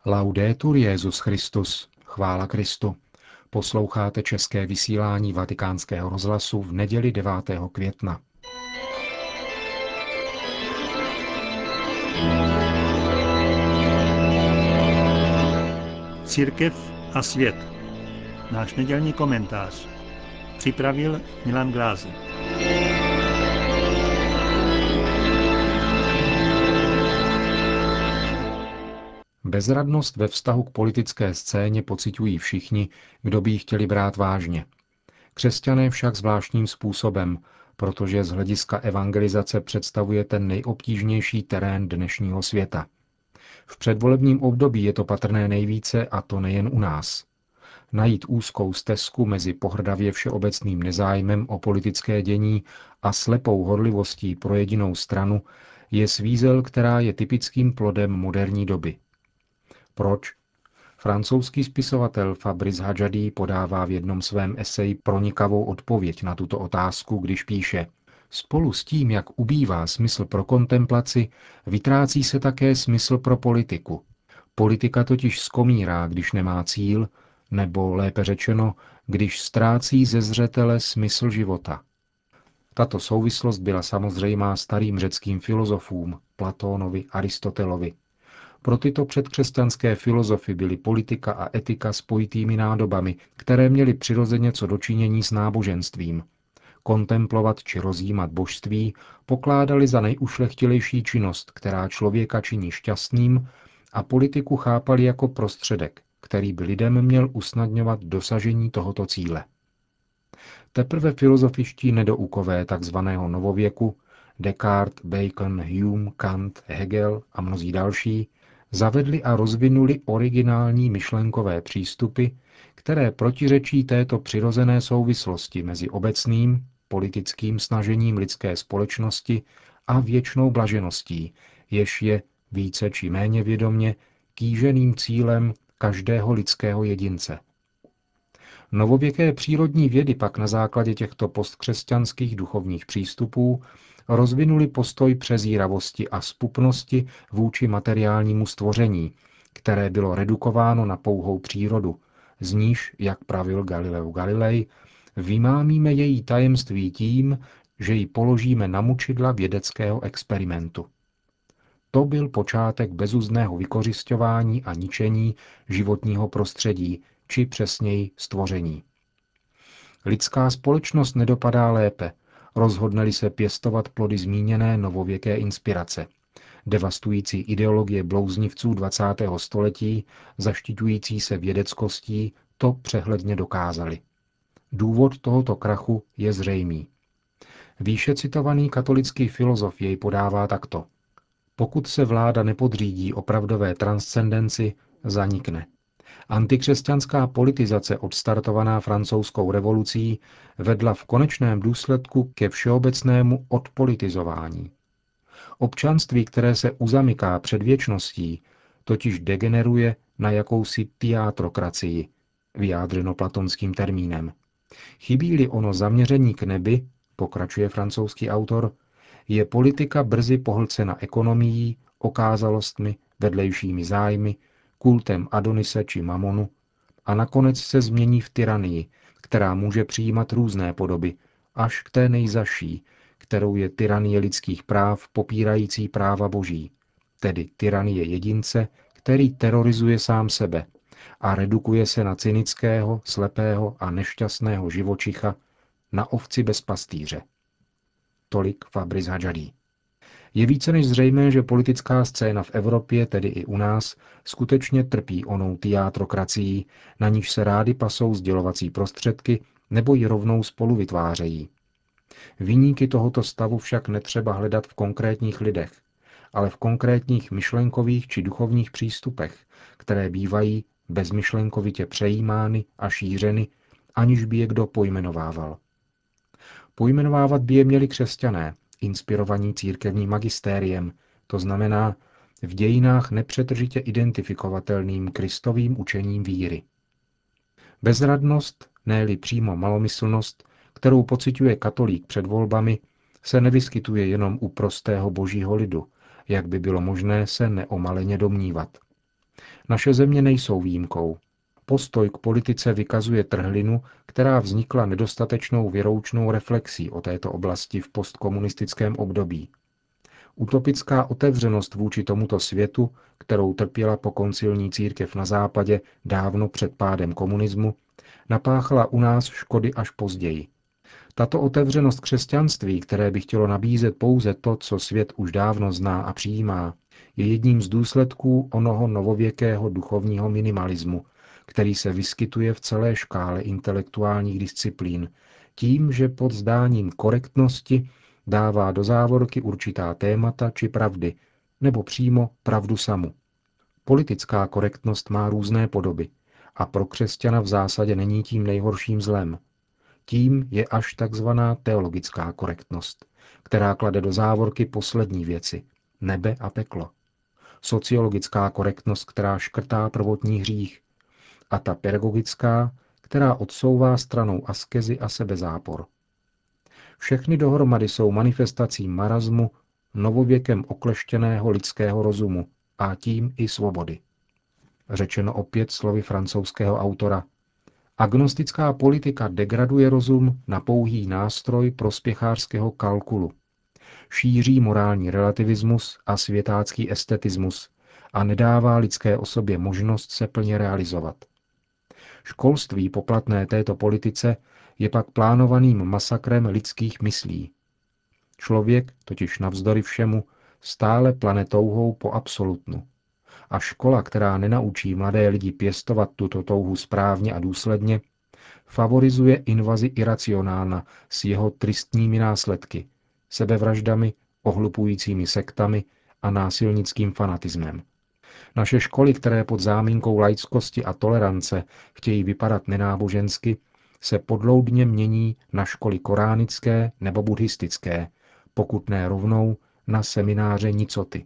Laudetur Jesus Christus, chvála Kristu. Posloucháte české vysílání Vatikánského rozhlasu v neděli 9. května. Církev a svět. Náš nedělní komentář. Připravil Milan Glázer. Bezradnost ve vztahu k politické scéně pociťují všichni, kdo by ji chtěli brát vážně. Křesťané však zvláštním způsobem, protože z hlediska evangelizace představuje ten nejobtížnější terén dnešního světa. V předvolebním období je to patrné nejvíce, a to nejen u nás. Najít úzkou stezku mezi pohrdavě všeobecným nezájmem o politické dění a slepou horlivostí pro jedinou stranu je svízel, která je typickým plodem moderní doby. Proč? Francouzský spisovatel Fabrice Hadjadí podává v jednom svém eseji pronikavou odpověď na tuto otázku, když píše: Spolu s tím, jak ubývá smysl pro kontemplaci, vytrácí se také smysl pro politiku. Politika totiž skomírá, když nemá cíl, nebo lépe řečeno, když ztrácí ze zřetele smysl života. Tato souvislost byla samozřejmá starým řeckým filozofům, Platónovi, Aristotelovi. Pro tyto předkřesťanské filozofy byly politika a etika spojitými nádobami, které měly přirozeně co dočinění s náboženstvím. Kontemplovat či rozjímat božství pokládali za nejušlechtilejší činnost, která člověka činí šťastným, a politiku chápali jako prostředek, který by lidem měl usnadňovat dosažení tohoto cíle. Teprve filozofičtí nedoukové tzv. Novověku, Descartes, Bacon, Hume, Kant, Hegel a mnozí další, zavedli a rozvinuli originální myšlenkové přístupy, které protiřečí této přirozené souvislosti mezi obecným, politickým snažením lidské společnosti a věčnou blažeností, jež je, více či méně vědomě, kýženým cílem každého lidského jedince. Novověké přírodní vědy pak na základě těchto postkřesťanských duchovních přístupů rozvinuli postoj přezíravosti a zpupnosti vůči materiálnímu stvoření, které bylo redukováno na pouhou přírodu, z níž, jak pravil Galileo Galilei, vymámíme její tajemství tím, že ji položíme na mučidla vědeckého experimentu. To byl počátek bezuzdného vykořisťování a ničení životního prostředí, či přesněji stvoření. Lidská společnost nedopadá lépe, rozhodne-li se pěstovat plody zmíněné novověké inspirace. Devastující ideologie blouznivců 20. století, zaštiťující se vědeckostí, to přehledně dokázali. Důvod tohoto krachu je zřejmý. Výše citovaný katolický filozof jej podává takto. Pokud se vláda nepodřídí opravdové transcendenci, zanikne. Antikřesťanská politizace odstartovaná francouzskou revolucí vedla v konečném důsledku ke všeobecnému odpolitizování. Občanství, které se uzamyká před věčností, totiž degeneruje na jakousi teatrokracii, vyjádřeno platonským termínem. Chybí-li ono zaměření k nebi, pokračuje francouzský autor, je politika brzy pohlcena ekonomií, okázalostmi, vedlejšími zájmy, kultem Adonise či Mamonu a nakonec se změní v tyranii, která může přijímat různé podoby, až k té nejzaší, kterou je tyranie lidských práv popírající práva boží, tedy tyranie jedince, který terorizuje sám sebe a redukuje se na cynického, slepého a nešťastného živočicha, na ovci bez pastýře. Tolik Fabrice Hadjadí. Je více než zřejmé, že politická scéna v Evropě, tedy i u nás, skutečně trpí onou teatrokracií, na níž se rády pasou sdělovací prostředky nebo ji rovnou spolu vytvářejí. Viníky tohoto stavu však netřeba hledat v konkrétních lidech, ale v konkrétních myšlenkových či duchovních přístupech, které bývají bezmyšlenkovitě přejímány a šířeny, aniž by je kdo pojmenovával. Pojmenovávat by je měli křesťané, inspirovaní církevním magistériem, to znamená v dějinách nepřetržitě identifikovatelným Kristovým učením víry. Bezradnost, ne-li přímo malomyslnost, kterou pociťuje katolík před volbami, se nevyskytuje jenom u prostého božího lidu, jak by bylo možné se neomaleně domnívat. Naše země nejsou výjimkou. Postoj k politice vykazuje trhlinu, která vznikla nedostatečnou věroučnou reflexí o této oblasti v postkomunistickém období. Utopická otevřenost vůči tomuto světu, kterou trpěla pokoncilní církev na západě dávno před pádem komunismu, napáchala u nás škody až později. Tato otevřenost křesťanství, které by chtělo nabízet pouze to, co svět už dávno zná a přijímá, je jedním z důsledků onoho novověkého duchovního minimalismu, který se vyskytuje v celé škále intelektuálních disciplín, tím, že pod zdáním korektnosti dává do závorky určitá témata či pravdy, nebo přímo pravdu samu. Politická korektnost má různé podoby a pro křesťana v zásadě není tím nejhorším zlem. Tím je až takzvaná teologická korektnost, která klade do závorky poslední věci, nebe a peklo. Sociologická korektnost, která škrtá prvotní hřích. A ta pedagogická, která odsouvá stranou askezi a sebezápor. Všechny dohromady jsou manifestací marazmu, novověkem okleštěného lidského rozumu a tím i svobody. Řečeno opět slovy francouzského autora. Agnostická politika degraduje rozum na pouhý nástroj prospěchářského kalkulu. Šíří morální relativismus a světácký estetismus a nedává lidské osobě možnost se plně realizovat. Školství poplatné této politice je pak plánovaným masakrem lidských myslí. Člověk totiž navzdory všemu stále plane touhou po absolutnu. A škola, která nenaučí mladé lidi pěstovat tuto touhu správně a důsledně, favorizuje invazi iracionálna s jeho tristními následky, sebevraždami, ohlupujícími sektami a násilnickým fanatismem. Naše školy, které pod záminkou laickosti a tolerance chtějí vypadat nenábožensky, se podloudně mění na školy koránické nebo buddhistické, pokud ne rovnou na semináře nicoty.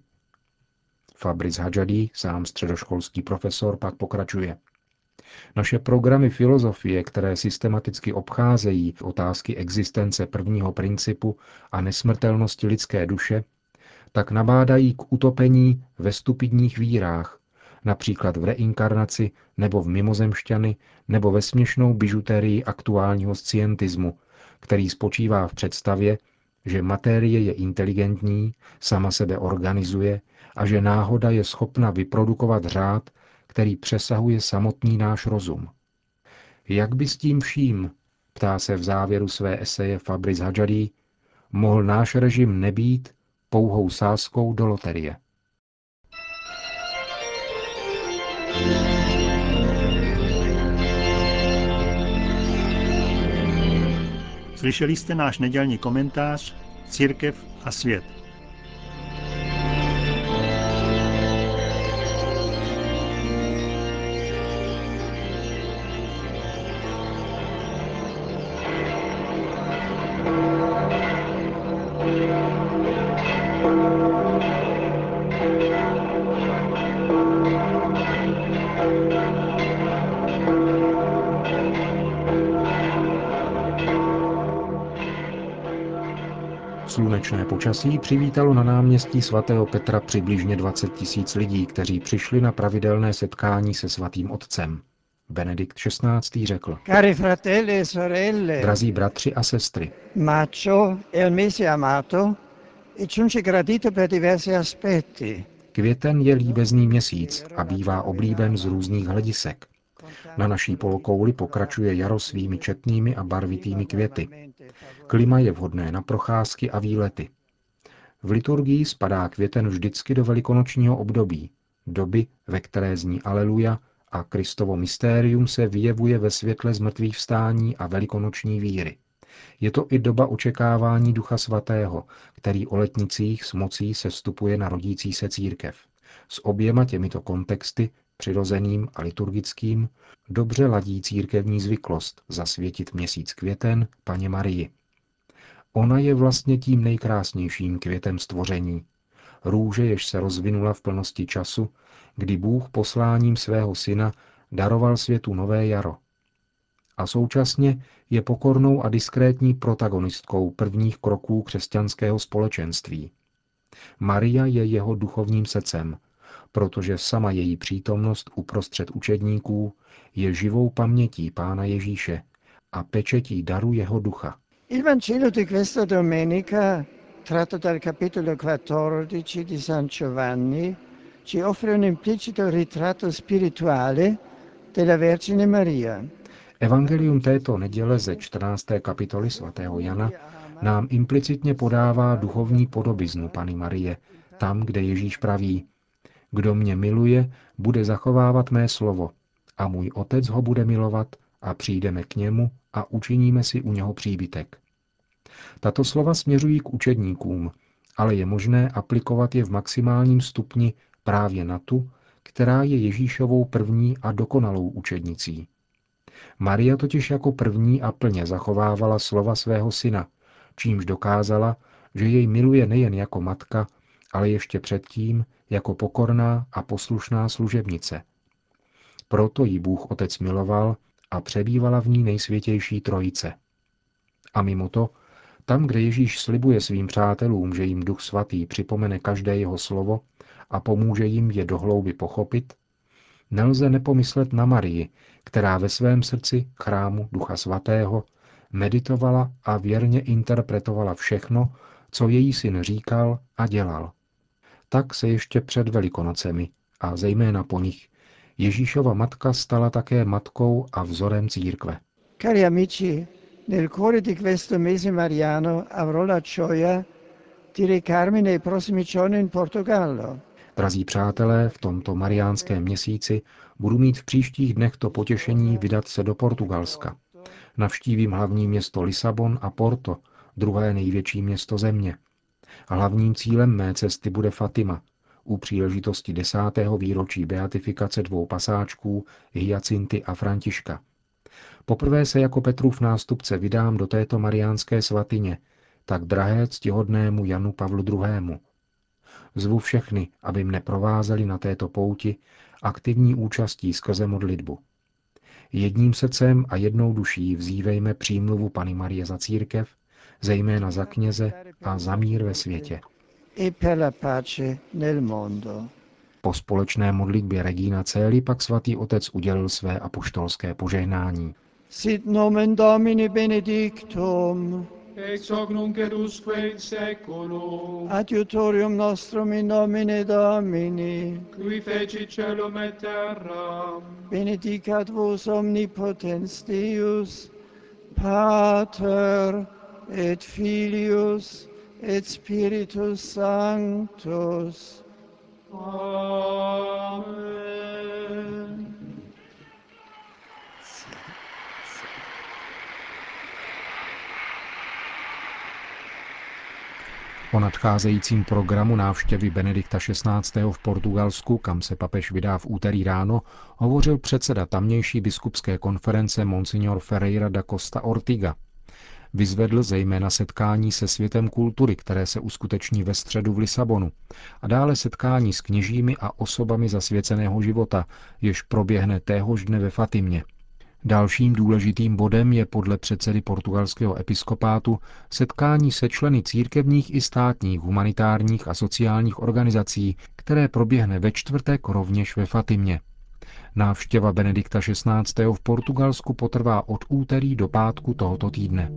Fabrice Hadžadí, sám středoškolský profesor, pak pokračuje. Naše programy filozofie, které systematicky obcházejí otázky existence prvního principu a nesmrtelnosti lidské duše, tak nabádají k utopení ve stupidních vírách, například v reinkarnaci nebo v mimozemšťany nebo ve směšnou bižuterii aktuálního scientismu, který spočívá v představě, že materie je inteligentní, sama sebe organizuje a že náhoda je schopna vyprodukovat řád, který přesahuje samotný náš rozum. Jak by s tím vším, ptá se v závěru své eseje Fabrice Hadžadí, mohl náš režim nebýt pouhou sázkou do loterie? Slyšeli jste náš nedělní komentář Církev a svět. Slunečné počasí přivítalo na náměstí svatého Petra přibližně 20 000 lidí, kteří přišli na pravidelné setkání se svatým otcem. Benedikt XVI. Řekl: Cari fratelli e sorelle, Drazí bratři a sestry, maggio è il mese amato e giunge gradito per diversi aspetti. květen je líbezný měsíc a bývá oblíben z různých hledisek. Na naší polokouli pokračuje jaro svými četnými a barvitými květy. Klima je vhodné na procházky a výlety. V liturgii spadá květen vždycky do velikonočního období, doby, ve které zní Aleluja a Kristovo mystérium se vyjevuje ve světle zmrtvýchvstání a velikonoční víry. Je to i doba očekávání Ducha Svatého, který o letnicích s mocí sestupuje na rodící se církev. S oběma těmito kontexty, přirozeným a liturgickým, dobře ladí církevní zvyklost zasvětit měsíc květen Panně Marii. Ona je vlastně tím nejkrásnějším květem stvoření. Růže, jež se rozvinula v plnosti času, kdy Bůh posláním svého syna daroval světu nové jaro. A současně je pokornou a diskrétní protagonistkou prvních kroků křesťanského společenství. Maria je jeho duchovním srdcem, protože sama její přítomnost uprostřed učedníků je živou pamětí Pána Ježíše a pečetí daru jeho ducha. Il Vangelo di questa domenica, tratto dal capitolo 14 di San Giovanni, ci offre un implicito ritratto spirituale della Vergine Maria. Evangelium této neděle ze 14. kapitoly svatého Jana nám implicitně podává duchovní podobiznu Panny Marie, tam, kde Ježíš praví: Kdo mě miluje, bude zachovávat mé slovo, a můj otec ho bude milovat a přijdeme k němu a učiníme si u něho příbytek. Tato slova směřují k učedníkům, ale je možné aplikovat je v maximálním stupni právě na tu, která je Ježíšovou první a dokonalou učednicí. Maria totiž jako první a plně zachovávala slova svého syna, čímž dokázala, že jej miluje nejen jako matka, ale ještě předtím jako pokorná a poslušná služebnice. Proto ji Bůh Otec miloval a přebývala v ní Nejsvětější Trojice. A mimo to, tam, kde Ježíš slibuje svým přátelům, že jim Duch Svatý připomene každé jeho slovo a pomůže jim je do hlouby pochopit, nelze nepomyslet na Marii, která ve svém srdci chrámu Ducha Svatého meditovala a věrně interpretovala všechno, co její syn říkal a dělal. Tak se ještě před Velikonocemi, a zejména po nich, Ježíšova matka stala také matkou a vzorem církve. Cari amici, nel cuore di questo mese mariano avrò la gioia di recarmi nei prossimi giorni in Portogallo. Drazí přátelé, v tomto mariánském měsíci budu mít v příštích dnech to potěšení vydat se do Portugalska. Navštívím hlavní město Lisabon a Porto, druhé největší město země. Hlavním cílem mé cesty bude Fatima, u příležitosti 10. výročí beatifikace dvou pasáčků, Hyacinty a Františka. Poprvé se jako Petrův nástupce vydám do této mariánské svatyně, tak drahé ctihodnému Janu Pavlu II. Zvu všechny, aby mne provázeli na této pouti aktivní účastí skrze modlitbu. Jedním srdcem a jednou duší vzívejme přímluvu Panny Marie za církev, zejména za kněze a za mír ve světě. E per la pace nel mondo. Po společné modlitbě Regina Coeli pak svatý otec udělil své apoštolské požehnání. Sit nomen Domini benedictum, ex hoc nunc et usque in saeculum, adiutorium nostrum in nomine Domini, qui feci caelum et terram, benedicat vos omnipotens Deus, Pater et Filius et Spiritus Sanctus. Amen. O nadcházejícím programu návštěvy Benedikta XVI. V Portugalsku, kam se papež vydá v úterý ráno, hovořil předseda tamnější biskupské konference Monsignor Ferreira da Costa Ortiga. Vyzvedl zejména setkání se světem kultury, které se uskuteční ve středu v Lisabonu, a dále setkání s kněžími a osobami zasvěceného života, jež proběhne téhož dne ve Fatimě. Dalším důležitým bodem je podle předsedy portugalského episkopátu setkání se členy církevních i státních, humanitárních a sociálních organizací, které proběhne ve čtvrtek rovněž ve Fatimě. Návštěva Benedikta XVI. V Portugalsku potrvá od úterý do pátku tohoto týdne.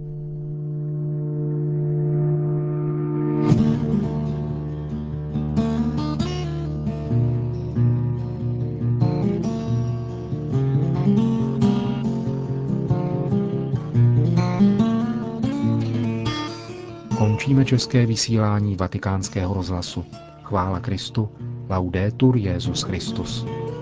Končíme české vysílání Vatikánského rozhlasu. Chvála Kristu, laudetur Jesus Christus.